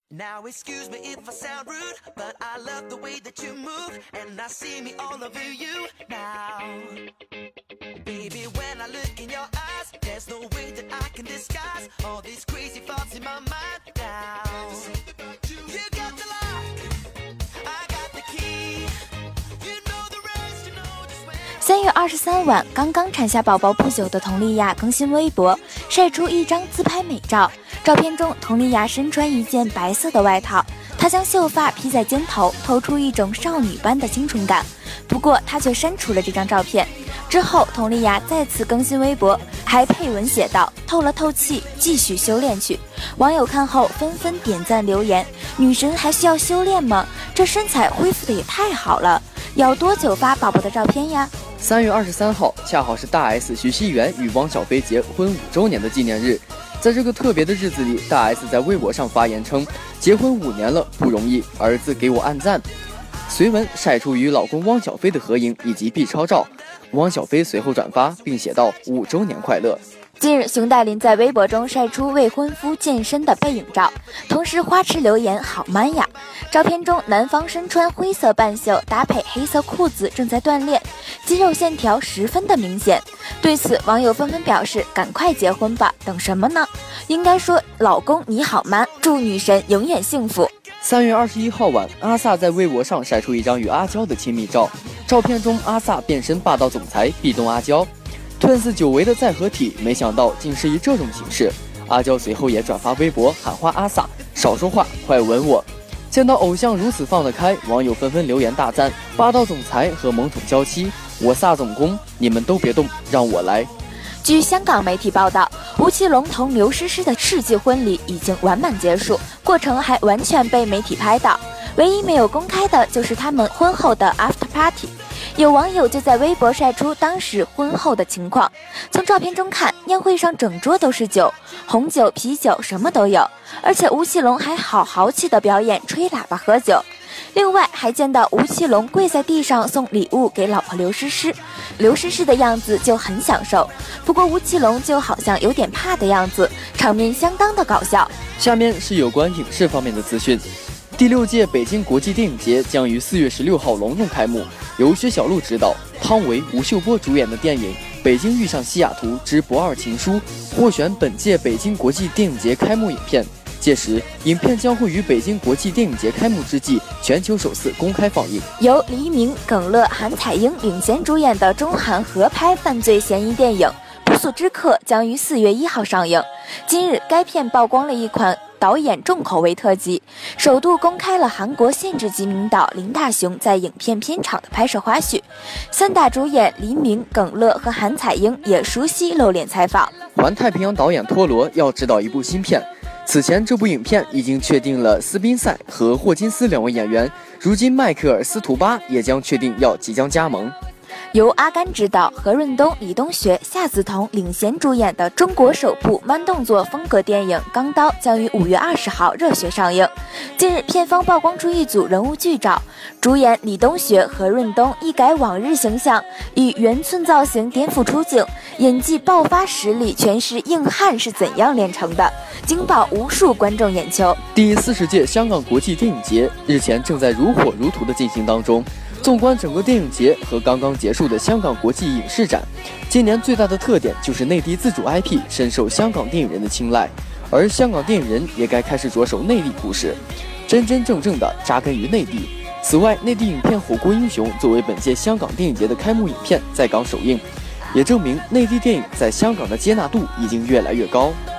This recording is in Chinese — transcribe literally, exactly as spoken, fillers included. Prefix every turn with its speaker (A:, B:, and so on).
A: Now excuse me if I sound rude, but I love the way that you move, and I see me all over you now. Baby, when I look in your eyes, there's no way that I can disguise all these crazy thoughts in my mind now. You got the lock, I got the key. You know the rest, you know just when.
B: 三月二十三晚，刚刚产下宝宝不久的佟丽娅更新微博，晒出一张自拍美照。照片中，佟丽娅身穿一件白色的外套，她将秀发披在肩头，透出一种少女般的清纯感。不过，她却删除了这张照片。之后，佟丽娅再次更新微博，还配文写道：“透了透气，继续修炼去。”网友看后纷纷点赞留言：“女神还需要修炼吗？这身材恢复的也太好了！要多久发宝宝的照片呀？”
C: 三月二十三号，恰好是大 S 徐熙媛与汪小菲结婚五周年的纪念日。在这个特别的日子里，大 S 在微博上发言称：“结婚五年了，不容易，儿子给我按赞。”随文晒出与老公汪小菲的合影以及 B 超照，汪小菲随后转发并写道：“五周年快乐。”
B: 近日，熊黛林在微博中晒出未婚夫健身的背影照，同时花痴留言：“好 man 呀！”照片中，男方身穿灰色半袖，搭配黑色裤子，正在锻炼，肌肉线条十分的明显。对此，网友纷纷表示：“赶快结婚吧，等什么呢？应该说，老公你好 man， 祝女神永远幸福。”
C: 三月二十一号晚，阿萨在微博上晒出一张与阿娇的亲密照，照片中阿萨变身霸道总裁，壁咚阿娇。Twins 久违的再合体，没想到竟是以这种形式。阿娇随后也转发微博喊话阿萨：“少说话，快吻我！”见到偶像如此放得开，网友纷纷留言大赞：“霸道总裁和懵懂娇妻，我萨总攻，你们都别动，让我来。”
B: 据香港媒体报道，吴奇隆同刘诗诗的世纪婚礼已经完满结束，过程还完全被媒体拍到，唯一没有公开的就是他们婚后的 after party。有网友就在微博晒出当时婚后的情况，从照片中看，宴会上整桌都是酒，红酒、啤酒什么都有，而且吴奇隆还好豪气的表演吹喇叭喝酒。另外还见到吴奇隆跪在地上送礼物给老婆刘诗诗，刘诗诗的样子就很享受，不过吴奇隆就好像有点怕的样子，场面相当的搞笑。
C: 下面是有关影视方面的资讯。第六届北京国际电影节将于四月十六号隆重开幕，由薛晓路执导、汤唯、吴秀波主演的电影《北京遇上西雅图之不二情书》获选本届北京国际电影节开幕影片。届时，影片将会于北京国际电影节开幕之际全球首次公开放映。
B: 由黎明、耿乐、韩彩英领衔主演的中韩合拍犯罪嫌疑电影《不速之客》将于四月一号上映。今日，该片曝光了一款导演重口味特辑，首度公开了韩国限制级名导林大雄在影片片场的拍摄花絮。三大主演黎明、耿乐和韩彩英也熟悉露脸采访。
C: 环太平洋导演托罗要执导一部新片，此前这部影片已经确定了斯宾塞和霍金斯两位演员，如今迈克尔·斯图巴也将确定要即将加盟。
B: 由阿甘执导、何润东、李东学、夏梓潼领衔主演的中国首部慢动作风格电影《钢刀》将于五月二十号热血上映。近日，片方曝光出一组人物剧照，主演李东学、何润东一改往日形象，以圆寸造型颠覆出镜，演技爆发实力诠释硬汉是怎样炼成的，惊爆无数观众眼球。
C: 第四十届香港国际电影节日前正在如火如荼的进行当中。纵观整个电影节和刚刚结束的香港国际影视展，今年最大的特点就是内地自主 I P 深受香港电影人的青睐，而香港电影人也该开始着手内地故事，真真正正的扎根于内地。此外，内地影片《火锅英雄》作为本届香港电影节的开幕影片在港首映，也证明内地电影在香港的接纳度已经越来越高。